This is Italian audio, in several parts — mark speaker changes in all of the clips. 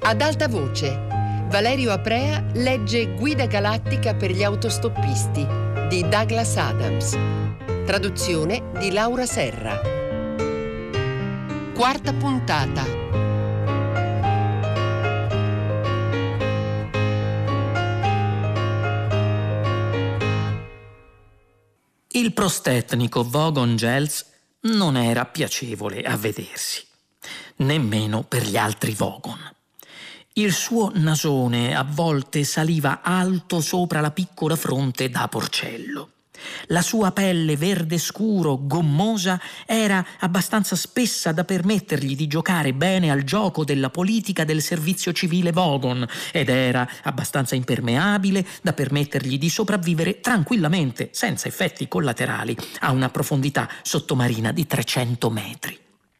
Speaker 1: Ad alta voce, Valerio Aprea legge Guida galattica per gli autostoppisti di Douglas Adams. Traduzione di Laura Serra. Quarta puntata.
Speaker 2: Il prostetnico Vogon Gels non era piacevole a vedersi, nemmeno per gli altri Vogon. Il suo nasone a volte saliva alto sopra la piccola fronte da porcello. La sua pelle verde scuro, gommosa, era abbastanza spessa da permettergli di giocare bene al gioco della politica del servizio civile Vogon ed era abbastanza impermeabile da permettergli di sopravvivere tranquillamente, senza effetti collaterali, a una profondità sottomarina di 300 metri.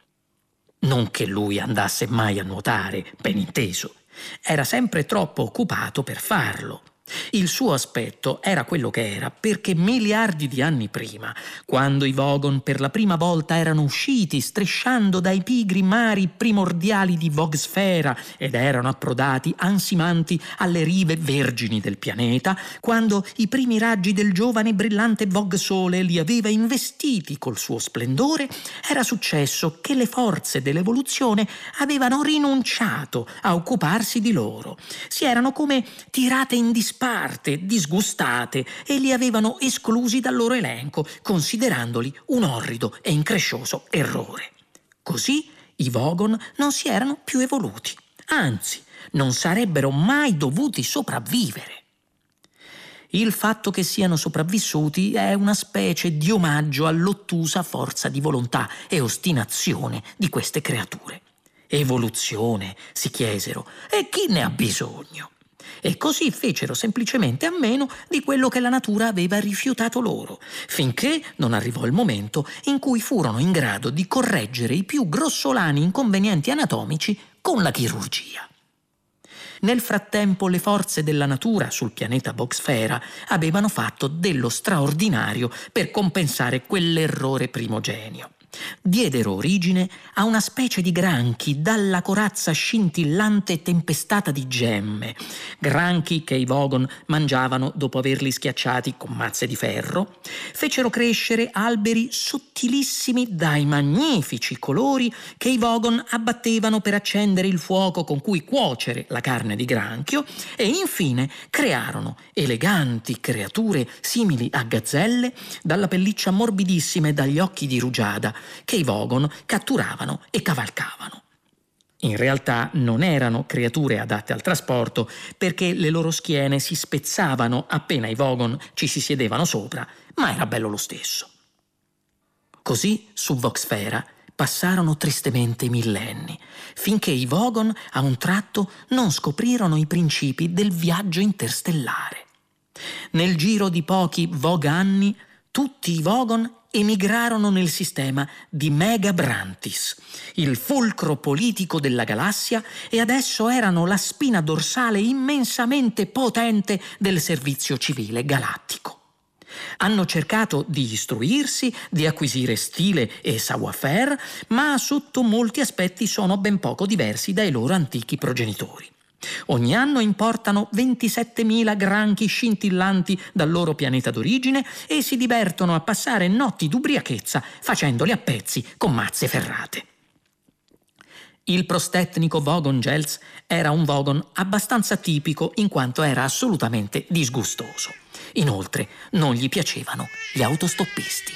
Speaker 2: Non che lui andasse mai a nuotare, ben inteso. Era sempre troppo occupato per farlo. Il suo aspetto era quello che era perché miliardi di anni prima, quando i Vogon per la prima volta erano usciti strisciando dai pigri mari primordiali di Vogsfera ed erano approdati ansimanti alle rive vergini del pianeta, quando i primi raggi del giovane brillante Vogsole li aveva investiti col suo splendore, era successo che le forze dell'evoluzione avevano rinunciato a occuparsi di loro. Si erano come tirate in disparte, disgustate, e li avevano esclusi dal loro elenco, considerandoli un orrido e increscioso errore. Così i Vogon non si erano più evoluti, anzi, non sarebbero mai dovuti sopravvivere. Il fatto che siano sopravvissuti è una specie di omaggio all'ottusa forza di volontà e ostinazione di queste creature. Evoluzione, si chiesero, e chi ne ha bisogno? E così fecero semplicemente a meno di quello che la natura aveva rifiutato loro, finché non arrivò il momento in cui furono in grado di correggere i più grossolani inconvenienti anatomici con la chirurgia. Nel frattempo le forze della natura sul pianeta Vogsfera avevano fatto dello straordinario per compensare quell'errore primogenio. Diedero origine a una specie di granchi dalla corazza scintillante e tempestata di gemme, granchi che i Vogon mangiavano dopo averli schiacciati con mazze di ferro. Fecero crescere alberi sottilissimi dai magnifici colori che i Vogon abbattevano per accendere il fuoco con cui cuocere la carne di granchio e infine crearono eleganti creature simili a gazzelle dalla pelliccia morbidissima e dagli occhi di rugiada che i Vogon catturavano e cavalcavano. In realtà non erano creature adatte al trasporto perché le loro schiene si spezzavano appena i Vogon ci si siedevano sopra, ma era bello lo stesso. Così su Vogsfera passarono tristemente i millenni, finché i Vogon a un tratto non scoprirono i principi del viaggio interstellare. Nel giro di pochi Voganni tutti i Vogon emigrarono nel sistema di Megabrantis, il fulcro politico della galassia, e adesso erano la spina dorsale immensamente potente del servizio civile galattico. Hanno cercato di istruirsi, di acquisire stile e savoir-faire, ma sotto molti aspetti sono ben poco diversi dai loro antichi progenitori. Ogni anno importano 27.000 granchi scintillanti dal loro pianeta d'origine e si divertono a passare notti d'ubriachezza facendoli a pezzi con mazze ferrate. Il prostetnico Vogon Gels era un Vogon abbastanza tipico in quanto era assolutamente disgustoso. Inoltre non gli piacevano gli autostoppisti.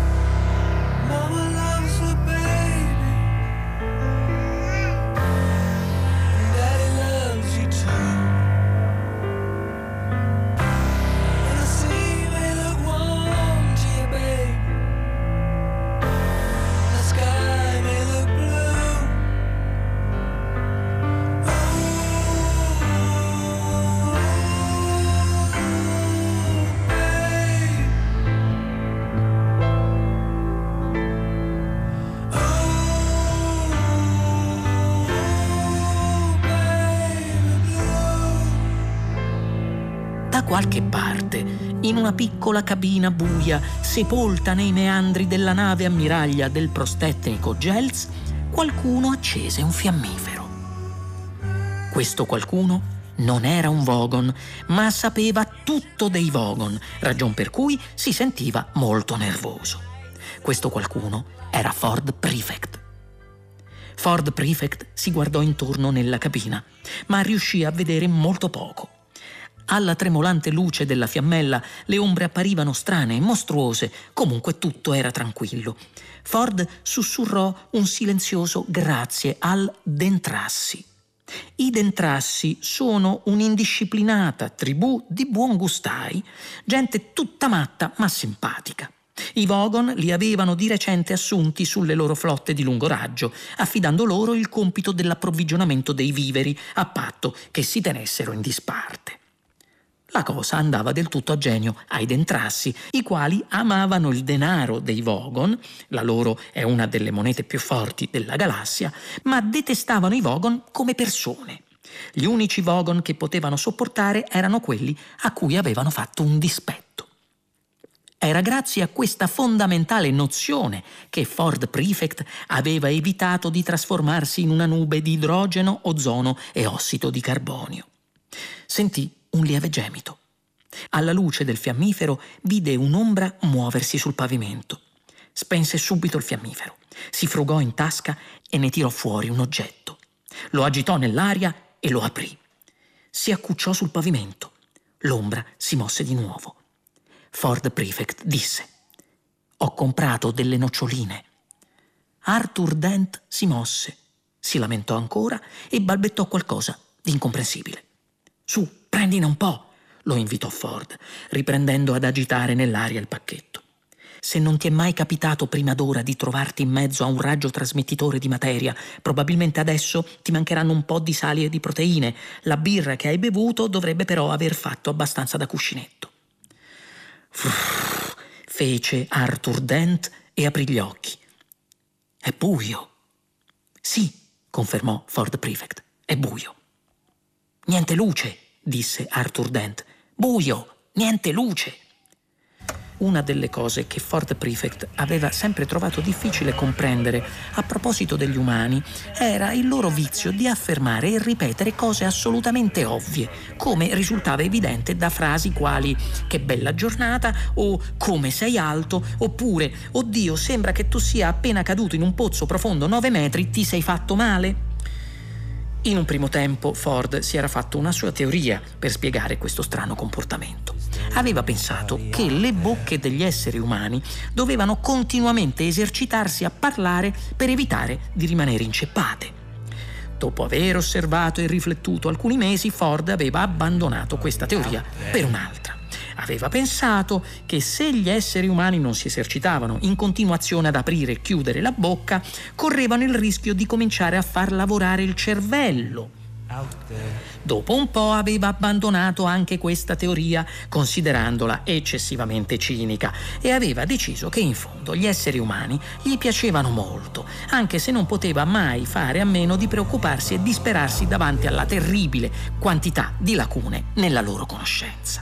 Speaker 2: Da qualche parte, in una piccola cabina buia, sepolta nei meandri della nave ammiraglia del prostetnico Gels, qualcuno accese un fiammifero. Questo qualcuno non era un Vogon, ma sapeva tutto dei Vogon, ragion per cui si sentiva molto nervoso. Questo qualcuno era Ford Prefect. Ford Prefect si guardò intorno nella cabina, ma riuscì a vedere molto poco. Alla tremolante luce della fiammella le ombre apparivano strane e mostruose, comunque tutto era tranquillo. Ford sussurrò un silenzioso grazie al Dentrassi. I Dentrassi sono un'indisciplinata tribù di buongustai, gente tutta matta ma simpatica. I Vogon li avevano di recente assunti sulle loro flotte di lungo raggio, affidando loro il compito dell'approvvigionamento dei viveri, a patto che si tenessero in disparte. La cosa andava del tutto a genio ai Dentrassi, i quali amavano il denaro dei Vogon, la loro è una delle monete più forti della galassia, ma detestavano i Vogon come persone. Gli unici Vogon che potevano sopportare erano quelli a cui avevano fatto un dispetto. Era grazie a questa fondamentale nozione che Ford Prefect aveva evitato di trasformarsi in una nube di idrogeno, ozono e ossido di carbonio. Sentì un lieve gemito. Alla luce del fiammifero vide un'ombra muoversi sul pavimento. Spense subito il fiammifero, si frugò in tasca e ne tirò fuori un oggetto. Lo agitò nell'aria e lo aprì. Si accucciò sul pavimento. L'ombra si mosse di nuovo. Ford Prefect disse: «Ho comprato delle noccioline». Arthur Dent si mosse, si lamentò ancora e balbettò qualcosa di incomprensibile. «Su, prendine un po'», lo invitò Ford, riprendendo ad agitare nell'aria il pacchetto. «Se non ti è mai capitato prima d'ora di trovarti in mezzo a un raggio trasmettitore di materia, probabilmente adesso ti mancheranno un po' di sali e di proteine. La birra che hai bevuto dovrebbe però aver fatto abbastanza da cuscinetto». Fece Arthur Dent e aprì gli occhi. «È buio». «Sì», confermò Ford Prefect, «è buio». «Niente luce», disse Arthur Dent. «Buio, niente luce». Una delle cose che Ford Prefect aveva sempre trovato difficile comprendere a proposito degli umani era il loro vizio di affermare e ripetere cose assolutamente ovvie, come risultava evidente da frasi quali «che bella giornata» o «come sei alto» oppure «oddio, sembra che tu sia appena caduto in un pozzo profondo 9 metri, ti sei fatto male». In un primo tempo Ford si era fatto una sua teoria per spiegare questo strano comportamento. Aveva pensato che le bocche degli esseri umani dovevano continuamente esercitarsi a parlare per evitare di rimanere inceppate. Dopo aver osservato e riflettuto alcuni mesi, Ford aveva abbandonato questa teoria per un'altra. Aveva pensato che se gli esseri umani non si esercitavano in continuazione ad aprire e chiudere la bocca, correvano il rischio di cominciare a far lavorare il cervello. Dopo un po' aveva abbandonato anche questa teoria, considerandola eccessivamente cinica, e aveva deciso che in fondo gli esseri umani gli piacevano molto, anche se non poteva mai fare a meno di preoccuparsi e disperarsi davanti alla terribile quantità di lacune nella loro conoscenza.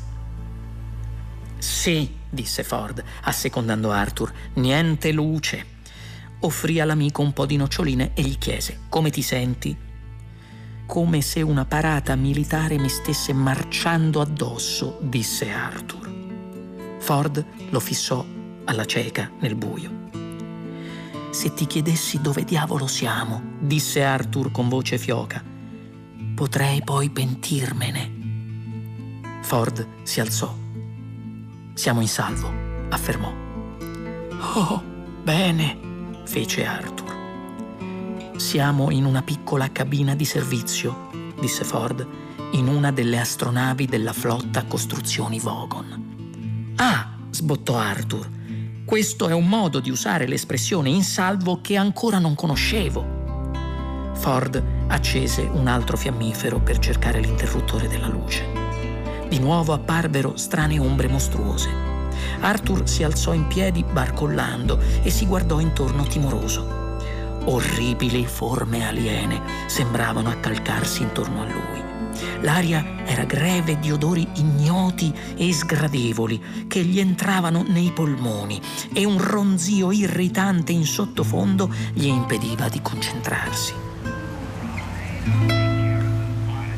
Speaker 2: «Sì», disse Ford, assecondando Arthur, «niente luce». Offrì all'amico un po' di noccioline e gli chiese: «Come ti senti?» «Come se una parata militare mi stesse marciando addosso», disse Arthur. Ford lo fissò alla cieca nel buio. «Se ti chiedessi dove diavolo siamo», disse Arthur con voce fioca, «potrei poi pentirmene». Ford si alzò. «Siamo in salvo», affermò. «Oh, bene», fece Arthur. «Siamo in una piccola cabina di servizio», disse Ford, «in una delle astronavi della flotta costruzioni Vogon». «Ah», sbottò Arthur, «questo è un modo di usare l'espressione in salvo che ancora non conoscevo». Ford accese un altro fiammifero per cercare l'interruttore della luce. Di nuovo apparvero strane ombre mostruose. Arthur si alzò in piedi barcollando e si guardò intorno timoroso. Orribili forme aliene sembravano accalcarsi intorno a lui. L'aria era greve di odori ignoti e sgradevoli che gli entravano nei polmoni e un ronzio irritante in sottofondo gli impediva di concentrarsi.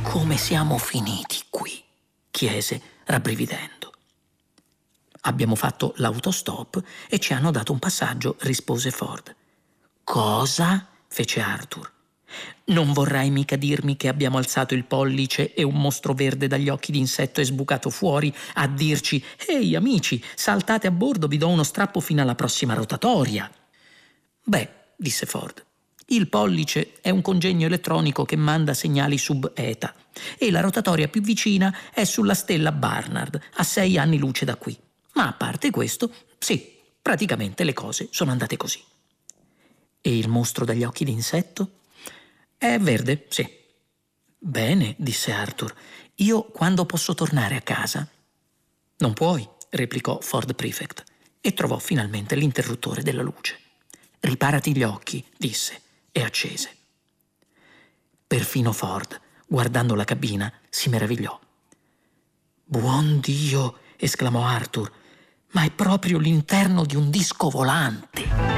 Speaker 2: Come siamo finiti qui? Chiese, rabbrividendo. Abbiamo fatto l'autostop e ci hanno dato un passaggio, rispose Ford. Cosa? Fece Arthur. Non vorrai mica dirmi che abbiamo alzato il pollice e un mostro verde dagli occhi d'insetto è sbucato fuori a dirci «Ehi amici, saltate a bordo, vi do uno strappo fino alla prossima rotatoria». Beh, disse Ford, il pollice è un congegno elettronico che manda segnali sub-eta e la rotatoria più vicina è sulla stella Barnard, a 6 anni luce da qui. Ma a parte questo, sì, praticamente le cose sono andate così. E il mostro dagli occhi d'insetto? È verde, sì. Bene, disse Arthur. Io quando posso tornare a casa? Non puoi, replicò Ford Prefect e trovò finalmente l'interruttore della luce. Riparati gli occhi, disse, e accese. Perfino Ford, guardando la cabina, si meravigliò. Buon Dio, esclamò Arthur, ma è proprio l'interno di un disco volante.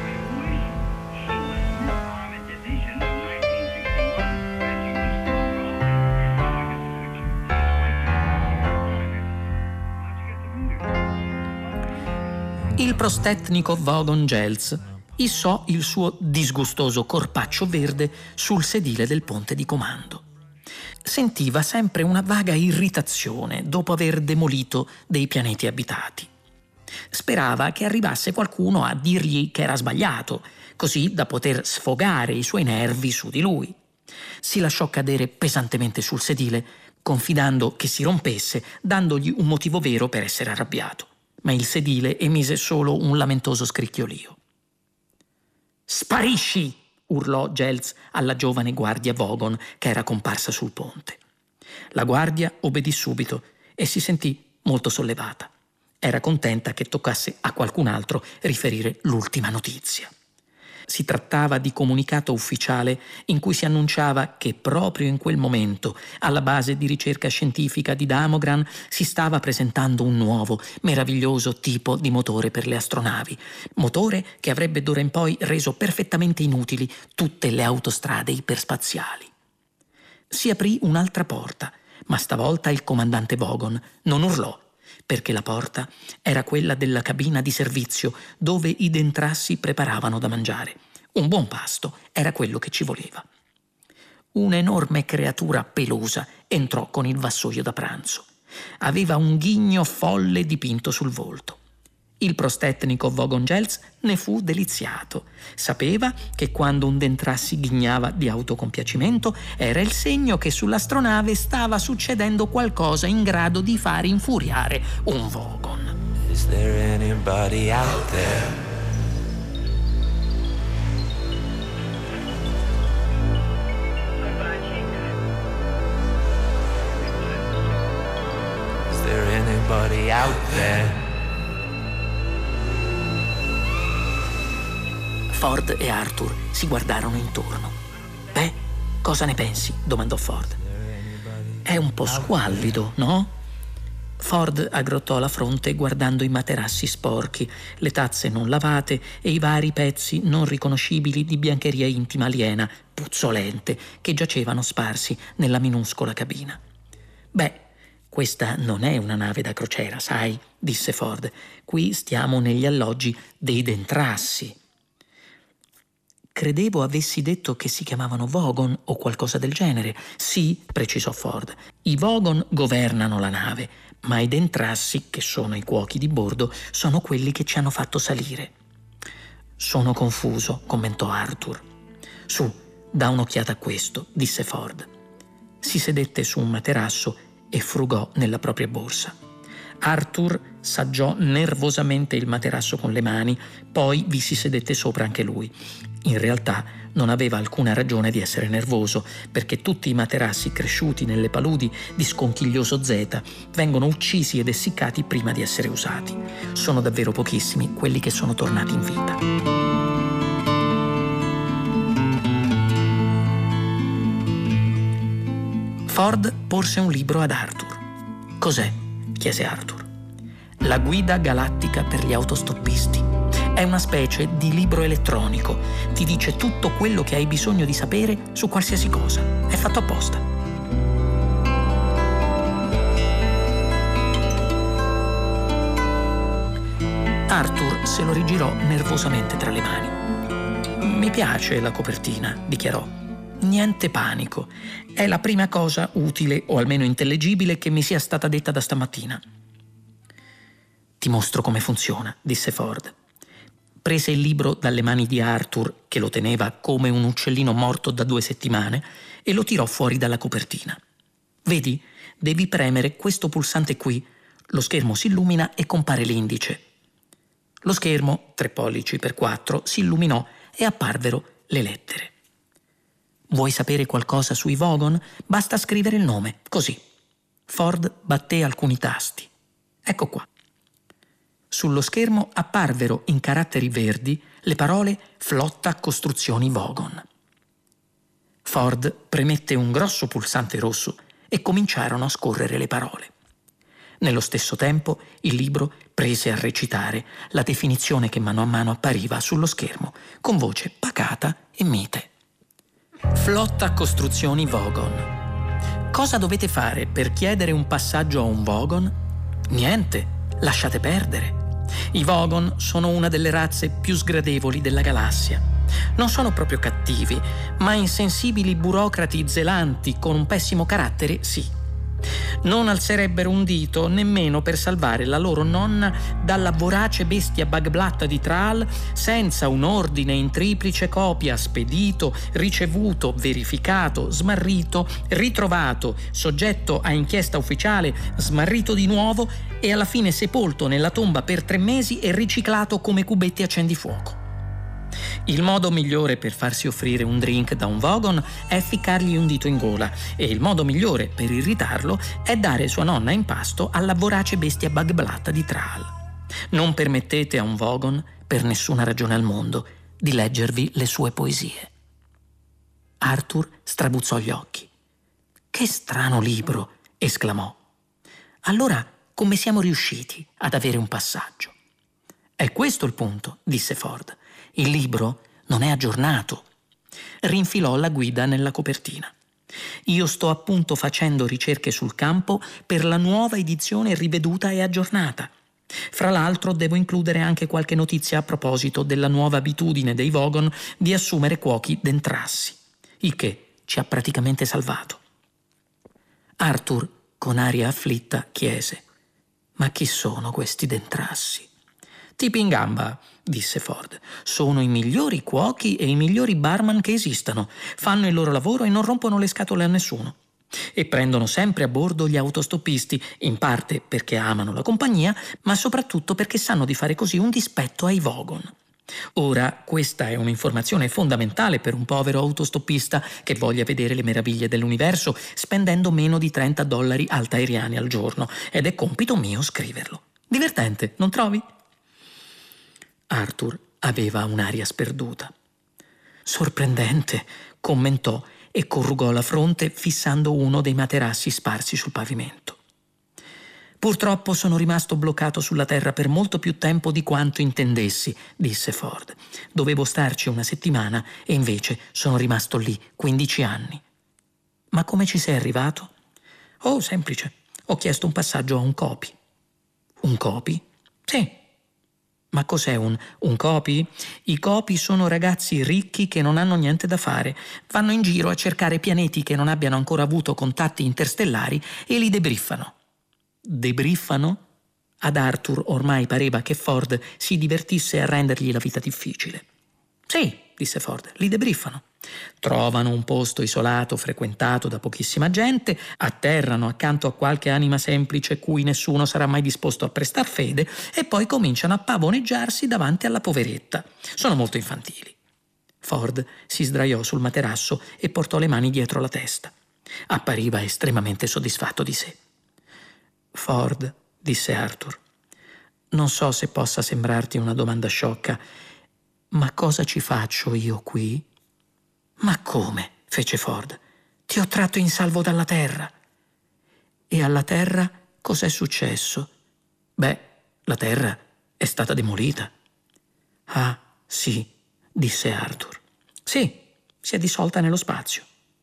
Speaker 2: Il prostetnico Vaughan Gels issò il suo disgustoso corpaccio verde sul sedile del ponte di comando. Sentiva sempre una vaga irritazione dopo aver demolito dei pianeti abitati. Sperava che arrivasse qualcuno a dirgli che era sbagliato, così da poter sfogare i suoi nervi su di lui. Si lasciò cadere pesantemente sul sedile, confidando che si rompesse, dandogli un motivo vero per essere arrabbiato. Ma il sedile emise solo un lamentoso scricchiolio. «Sparisci!» urlò Gels alla giovane guardia Vaughan che era comparsa sul ponte. La guardia obbedì subito e si sentì molto sollevata. Era contenta che toccasse a qualcun altro riferire l'ultima notizia. Si trattava di comunicato ufficiale in cui si annunciava che proprio in quel momento, alla base di ricerca scientifica di Damogran, si stava presentando un nuovo, meraviglioso tipo di motore per le astronavi, motore che avrebbe d'ora in poi reso perfettamente inutili tutte le autostrade iperspaziali. Si aprì un'altra porta, ma stavolta il comandante Vaughan non urlò, perché la porta era quella della cabina di servizio dove i dentrassi preparavano da mangiare. Un buon pasto era quello che ci voleva. Un'enorme creatura pelosa entrò con il vassoio da pranzo. Aveva un ghigno folle dipinto sul volto. Il prostetnico Vaughan Gels ne fu deliziato. Sapeva che quando un dentrassi ghignava di autocompiacimento era il segno che sull'astronave stava succedendo qualcosa in grado di far infuriare un Vaughan. Is there anybody out there? Is there anybody out there? Ford e Arthur si guardarono intorno. «Beh, cosa ne pensi?» domandò Ford. «È un po' squallido, no?» Ford aggrottò la fronte guardando i materassi sporchi, le tazze non lavate e i vari pezzi non riconoscibili di biancheria intima aliena, puzzolente, che giacevano sparsi nella minuscola cabina. «Beh, questa non è una nave da crociera, sai?» disse Ford. «Qui stiamo negli alloggi dei dentrassi». «Credevo avessi detto che si chiamavano Vaughan o qualcosa del genere». «Sì», precisò Ford, «i Vaughan governano la nave, ma i dentrassi, che sono i cuochi di bordo, sono quelli che ci hanno fatto salire». «Sono confuso», commentò Arthur. «Su, dà un'occhiata a questo», disse Ford. Si sedette su un materasso e frugò nella propria borsa. Arthur saggiò nervosamente il materasso con le mani, poi vi si sedette sopra anche lui. In realtà non aveva alcuna ragione di essere nervoso, perché tutti i materassi cresciuti nelle paludi di Sconchiglioso Z vengono uccisi ed essiccati prima di essere usati. Sono davvero pochissimi quelli che sono tornati in vita. Ford porse un libro ad Arthur. «Cos'è?» chiese Arthur. «La guida galattica per gli autostoppisti. È una specie di libro elettronico. Ti dice tutto quello che hai bisogno di sapere su qualsiasi cosa. È fatto apposta». Arthur se lo rigirò nervosamente tra le mani. «Mi piace la copertina», dichiarò. «Niente panico. È la prima cosa utile o almeno intellegibile che mi sia stata detta da stamattina». «Ti mostro come funziona», disse Ford. Prese il libro dalle mani di Arthur, che lo teneva come un uccellino morto da 2 settimane, e lo tirò fuori dalla copertina. «Vedi? Devi premere questo pulsante qui. Lo schermo si illumina e compare l'indice». Lo schermo, 3 pollici per 4, si illuminò e apparvero le lettere. «Vuoi sapere qualcosa sui Vogon? Basta scrivere il nome, così». Ford batté alcuni tasti. «Ecco qua». Sullo schermo apparvero in caratteri verdi le parole «Flotta Costruzioni Vogon». Ford premette un grosso pulsante rosso e cominciarono a scorrere le parole. Nello stesso tempo il libro prese a recitare la definizione che mano a mano appariva sullo schermo, con voce pacata e mite. Flotta Costruzioni Vogon. Cosa dovete fare per chiedere un passaggio a un Vogon? Niente, lasciate perdere. I Vogon sono una delle razze più sgradevoli della galassia. Non sono proprio cattivi, ma insensibili burocrati zelanti con un pessimo carattere, sì. Non alzerebbero un dito nemmeno per salvare la loro nonna dalla vorace bestia Bagblatt di Thrall senza un ordine in triplice copia spedito, ricevuto, verificato, smarrito, ritrovato, soggetto a inchiesta ufficiale, smarrito di nuovo e alla fine sepolto nella tomba per 3 mesi e riciclato come cubetti accendifuoco. Il modo migliore per farsi offrire un drink da un Vogon è ficcargli un dito in gola e il modo migliore per irritarlo è dare sua nonna in pasto alla vorace bestia Bagblatt di Thrall. Non permettete a un Vogon, per nessuna ragione al mondo, di leggervi le sue poesie. Arthur strabuzzò gli occhi. «Che strano libro!» esclamò. «Allora, come siamo riusciti ad avere un passaggio?» «È questo il punto», disse Ford. «Il libro non è aggiornato». Rinfilò la guida nella copertina. «Io sto appunto facendo ricerche sul campo per la nuova edizione riveduta e aggiornata. Fra l'altro devo includere anche qualche notizia a proposito della nuova abitudine dei Vogon di assumere cuochi dentrassi, il che ci ha praticamente salvato». Arthur, con aria afflitta, chiese: «Ma chi sono questi dentrassi?» «Tipi in gamba», disse Ford. «Sono i migliori cuochi e i migliori barman che esistano. Fanno il loro lavoro e non rompono le scatole a nessuno. E prendono sempre a bordo gli autostoppisti, in parte perché amano la compagnia, ma soprattutto perché sanno di fare così un dispetto ai Vogon. Ora, questa è un'informazione fondamentale per un povero autostoppista che voglia vedere le meraviglie dell'universo spendendo meno di $30 altairiani al giorno, ed è compito mio scriverlo. Divertente, non trovi?» Arthur aveva un'aria sperduta. «Sorprendente», commentò e corrugò la fronte fissando uno dei materassi sparsi sul pavimento. «Purtroppo sono rimasto bloccato sulla terra per molto più tempo di quanto intendessi», disse Ford. «Dovevo starci 1 settimana e invece sono rimasto lì 15 anni». «Ma come ci sei arrivato?» «Oh, semplice. Ho chiesto un passaggio a un copi». «Un copi?» «Sì». «Ma cos'è un copi?» «I copi sono ragazzi ricchi che non hanno niente da fare. Vanno in giro a cercare pianeti che non abbiano ancora avuto contatti interstellari e li debriffano». «Debriffano?» Ad Arthur ormai pareva che Ford si divertisse a rendergli la vita difficile. «Sì», disse Ford, «li debriffano. Trovano un posto isolato frequentato da pochissima gente, atterrano accanto a qualche anima semplice cui nessuno sarà mai disposto a prestar fede e poi cominciano a pavoneggiarsi davanti alla poveretta. Sono molto infantili». Ford si sdraiò sul materasso e portò le mani dietro la testa. Appariva estremamente soddisfatto di sé. «Ford», disse Arthur, «non so se possa sembrarti una domanda sciocca, ma cosa ci faccio io qui?» «Ma come?» fece Ford. «Ti ho tratto in salvo dalla Terra». «E alla Terra cos'è successo?» «Beh, la Terra è stata demolita». «Ah, sì», disse Arthur. «Sì, si è dissolta nello spazio».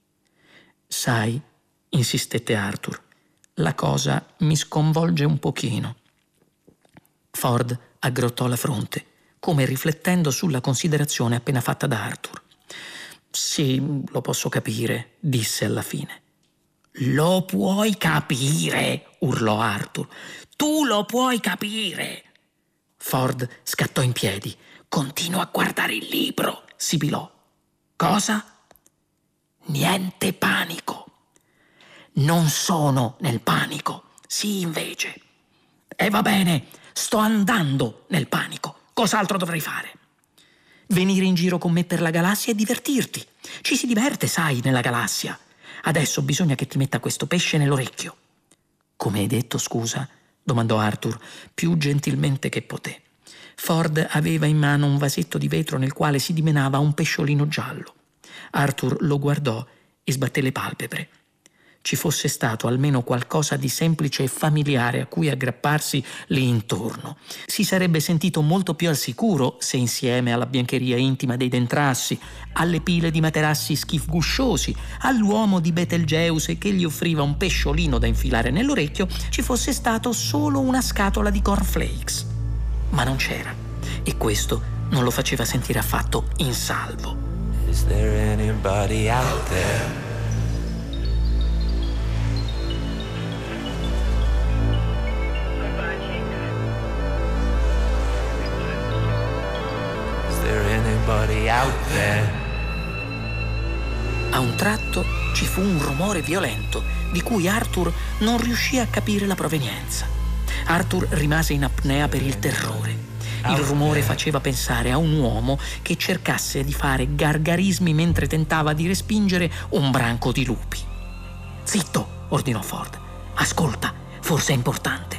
Speaker 2: «Sai», insistette Arthur, «la cosa mi sconvolge un pochino». Ford aggrottò la fronte, come riflettendo sulla considerazione appena fatta da Arthur. «Sì, lo posso capire», disse alla fine. «Lo puoi capire!» urlò Arthur. «Tu lo puoi capire!» Ford scattò in piedi. «Continua a guardare il libro», sibilò. «Cosa?» «Niente panico». «Non sono nel panico». «Sì, invece». «E va bene, sto andando nel panico. Cos'altro dovrei fare?» «Venire in giro con me per la galassia e divertirti. Ci si diverte, sai, nella galassia. Adesso bisogna che ti metta questo pesce nell'orecchio». «Come hai detto, scusa?» domandò Arthur, più gentilmente che poté. Ford aveva in mano un vasetto di vetro nel quale si dimenava un pesciolino giallo. Arthur lo guardò e sbatté le palpebre. Ci fosse stato almeno qualcosa di semplice e familiare a cui aggrapparsi lì intorno. Si sarebbe sentito molto più al sicuro se, insieme alla biancheria intima dei dentrassi, alle pile di materassi schifgusciosi, all'uomo di Betelgeuse che gli offriva un pesciolino da infilare nell'orecchio, ci fosse stato solo una scatola di cornflakes. Ma non c'era, e questo non lo faceva sentire affatto in salvo.
Speaker 3: Is there anybody out there? Out there?
Speaker 2: A un tratto ci fu un rumore violento di cui Arthur non riuscì a capire la provenienza. Arthur rimase in apnea per il terrore. Il rumore faceva pensare a un uomo che cercasse di fare gargarismi mentre tentava di respingere un branco di lupi. «Zitto!» ordinò Ford. «Ascolta, forse è importante».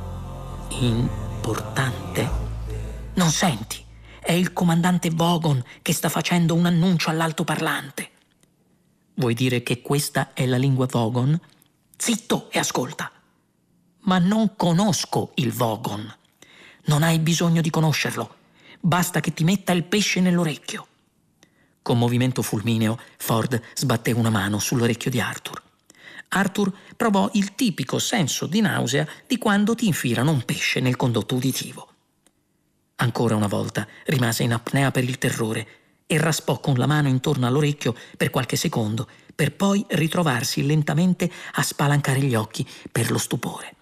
Speaker 2: «Importante? Non senti? È il comandante Vogon che sta facendo un annuncio all'altoparlante». «Vuoi dire che questa è la lingua Vogon?» «Zitto e ascolta». «Ma non conosco il Vogon». «Non hai bisogno di conoscerlo. Basta che ti metta il pesce nell'orecchio». Con movimento fulmineo, Ford sbatté una mano sull'orecchio di Arthur. Arthur provò il tipico senso di nausea di quando ti infilano un pesce nel condotto uditivo. Ancora una volta rimase in apnea per il terrore e raspò con la mano intorno all'orecchio per qualche secondo, per poi ritrovarsi lentamente a spalancare gli occhi per lo stupore.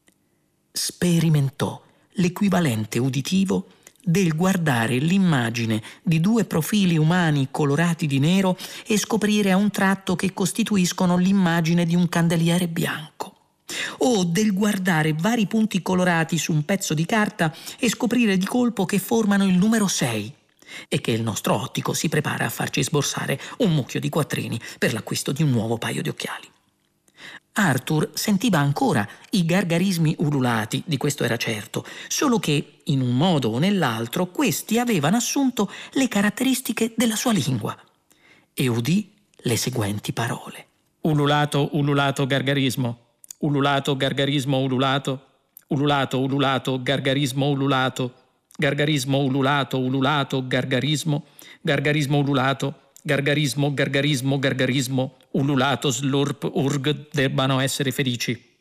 Speaker 2: Sperimentò l'equivalente uditivo del guardare l'immagine di due profili umani colorati di nero e scoprire a un tratto che costituiscono l'immagine di un candeliere bianco, o del guardare vari punti colorati su un pezzo di carta e scoprire di colpo che formano il numero 6 e che il nostro ottico si prepara a farci sborsare un mucchio di quattrini per l'acquisto di un nuovo paio di occhiali. Arthur sentiva ancora i gargarismi ululati, di questo era certo, solo che, in un modo o nell'altro, questi avevano assunto le caratteristiche della sua lingua. E udì le seguenti parole.
Speaker 4: Ululato, ululato, gargarismo. Ululato, gargarismo, ululato. Ululato, ululato, gargarismo, ululato. Gargarismo, ululato, ululato, gargarismo. Gargarismo, ululato. Gargarismo, gargarismo, gargarismo, ululato, slurp, urg, debbano essere felici.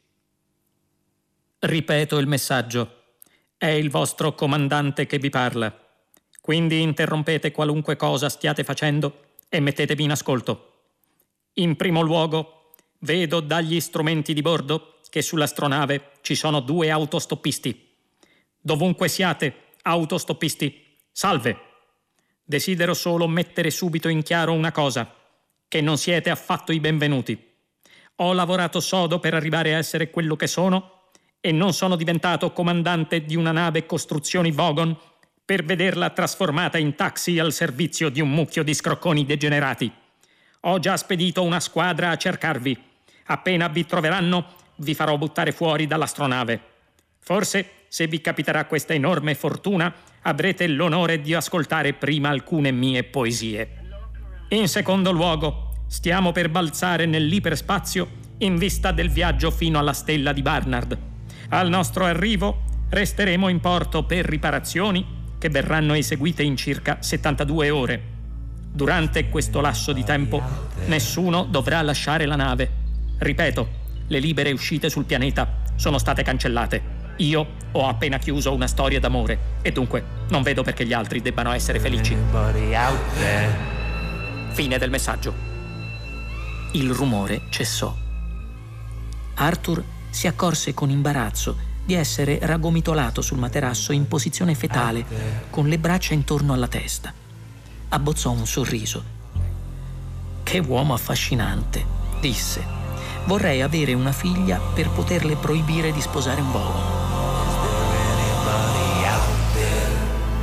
Speaker 4: Ripeto il messaggio. È il vostro comandante che vi parla. Quindi interrompete qualunque cosa stiate facendo e mettetevi in ascolto. In primo luogo, vedo dagli strumenti di bordo che sull'astronave ci sono 2 autostoppisti. Dovunque siate, autostoppisti, salve! Desidero solo mettere subito in chiaro una cosa, che non siete affatto i benvenuti. Ho lavorato sodo per arrivare a essere quello che sono e non sono diventato comandante di una nave costruzioni Vogon per vederla trasformata in taxi al servizio di un mucchio di scrocconi degenerati. Ho già spedito una squadra a cercarvi. Appena vi troveranno, vi farò buttare fuori dall'astronave. Forse, se vi capiterà questa enorme fortuna, avrete l'onore di ascoltare prima alcune mie poesie. In secondo luogo, stiamo per balzare nell'iperspazio in vista del viaggio fino alla stella di Barnard. Al nostro arrivo resteremo in porto per riparazioni che verranno eseguite in circa 72 ore. Durante questo lasso di tempo, nessuno dovrà lasciare la nave. Ripeto, le libere uscite sul pianeta sono state cancellate. Io ho appena chiuso una storia d'amore e dunque non vedo perché gli altri debbano essere felici.
Speaker 3: Anybody out there?
Speaker 4: Fine del messaggio.
Speaker 2: Il rumore cessò. Arthur si accorse con imbarazzo di essere raggomitolato sul materasso in posizione fetale, con le braccia intorno alla testa. Abbozzò un sorriso. «Che uomo affascinante», disse. «Vorrei avere una figlia per poterle proibire di sposare un Vogon».
Speaker 3: Anybody out there?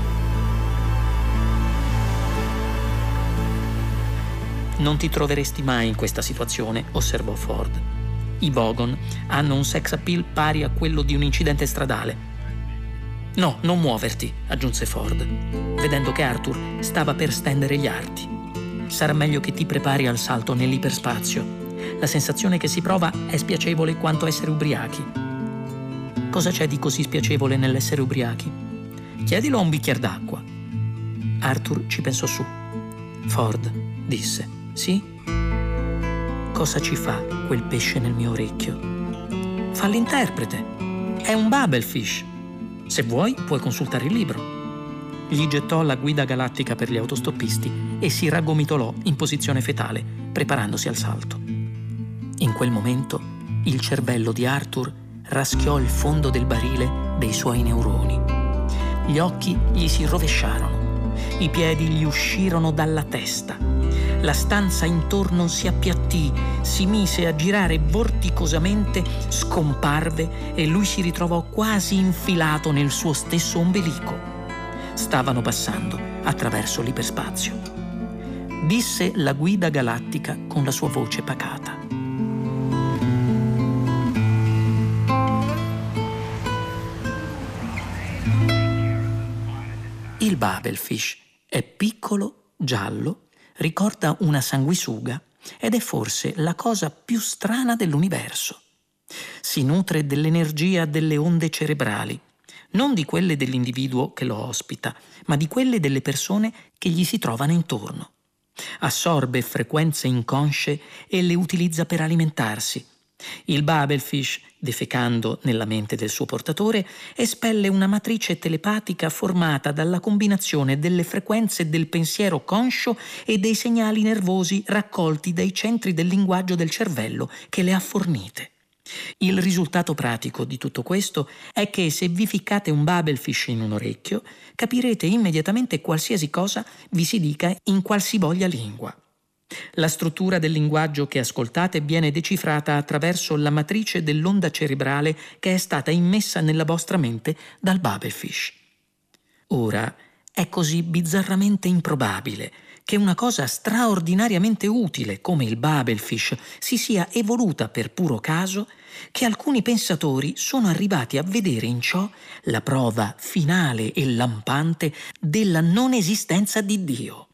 Speaker 2: «Non ti troveresti mai in questa situazione», osservò Ford. «I Vogon hanno un sex appeal pari a quello di un incidente stradale». «No, non muoverti», aggiunse Ford, vedendo che Arthur stava per stendere gli arti. «Sarà meglio che ti prepari al salto nell'iperspazio. La sensazione che si prova è spiacevole quanto essere ubriachi». «Cosa c'è di così spiacevole nell'essere ubriachi?» «Chiedilo a un bicchiere d'acqua». Arthur ci pensò su. «Ford», disse, «sì?» «Cosa ci fa quel pesce nel mio orecchio?» «Fa l'interprete. È un Babelfish. Se vuoi, puoi consultare il libro». Gli gettò la guida galattica per gli autostoppisti e si raggomitolò in posizione fetale, preparandosi al salto. In quel momento, il cervello di Arthur raschiò il fondo del barile dei suoi neuroni. Gli occhi gli si rovesciarono, i piedi gli uscirono dalla testa. La stanza intorno si appiattì, si mise a girare vorticosamente, scomparve e lui si ritrovò quasi infilato nel suo stesso ombelico. Stavano passando attraverso l'iperspazio. Disse la guida galattica con la sua voce pacata. Il Babelfish è piccolo, giallo, ricorda una sanguisuga ed è forse la cosa più strana dell'universo. Si nutre dell'energia delle onde cerebrali, non di quelle dell'individuo che lo ospita, ma di quelle delle persone che gli si trovano intorno. Assorbe frequenze inconsce e le utilizza per alimentarsi. Il Babelfish, defecando nella mente del suo portatore, espelle una matrice telepatica formata dalla combinazione delle frequenze del pensiero conscio e dei segnali nervosi raccolti dai centri del linguaggio del cervello che le ha fornite. Il risultato pratico di tutto questo è che se vi ficcate un Babelfish in un orecchio, capirete immediatamente qualsiasi cosa vi si dica in qualsivoglia lingua. La struttura del linguaggio che ascoltate viene decifrata attraverso la matrice dell'onda cerebrale che è stata immessa nella vostra mente dal Babelfish. Ora, è così bizzarramente improbabile che una cosa straordinariamente utile come il Babelfish si sia evoluta per puro caso che alcuni pensatori sono arrivati a vedere in ciò la prova finale e lampante della non esistenza di Dio.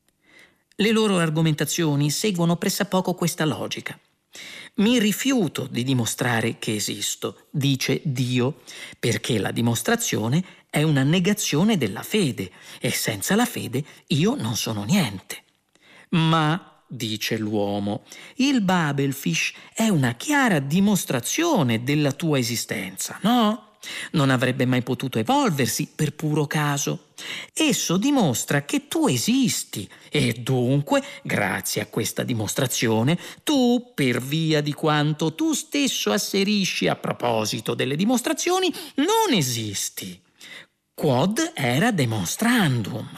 Speaker 2: Le loro argomentazioni seguono pressappoco questa logica. Mi rifiuto di dimostrare che esisto, dice Dio, perché la dimostrazione è una negazione della fede e senza la fede io non sono niente. Ma, dice l'uomo, il Babelfish è una chiara dimostrazione della tua esistenza, no? Non avrebbe mai potuto evolversi per puro caso. Esso dimostra che tu esisti e dunque, grazie a questa dimostrazione, tu, per via di quanto tu stesso asserisci a proposito delle dimostrazioni, non esisti. Quod era demonstrandum.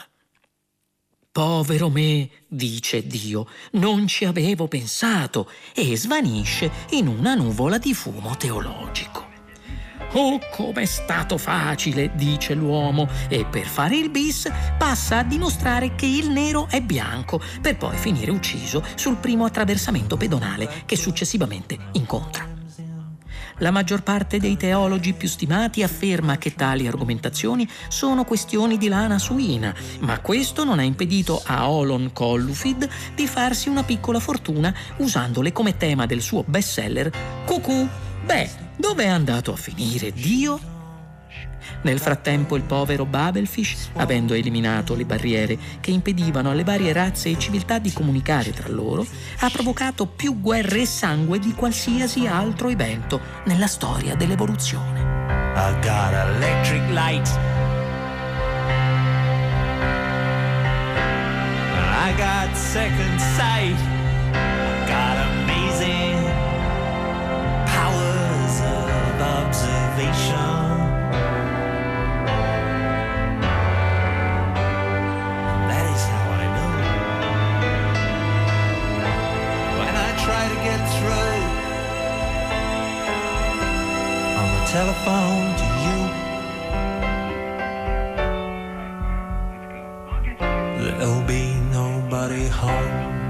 Speaker 2: Povero me, dice Dio, non ci avevo pensato, e svanisce in una nuvola di fumo teologico. Oh, com'è stato facile, dice l'uomo, e per fare il bis passa a dimostrare che il nero è bianco, per poi finire ucciso sul primo attraversamento pedonale che successivamente incontra. La maggior parte dei teologi più stimati afferma che tali argomentazioni sono questioni di lana suina, ma questo non ha impedito a Olon Collufid di farsi una piccola fortuna usandole come tema del suo bestseller Cucù. Beh, dove è andato a finire Dio? Nel frattempo il povero Babelfish, avendo eliminato le barriere che impedivano alle varie razze e civiltà di comunicare tra loro, ha provocato più guerre e sangue di qualsiasi altro evento nella storia dell'evoluzione.
Speaker 3: I got electric light. I got second sight. I got amazing powers of observation. That is how I know. When I try to get through on the telephone to you, there'll be nobody home.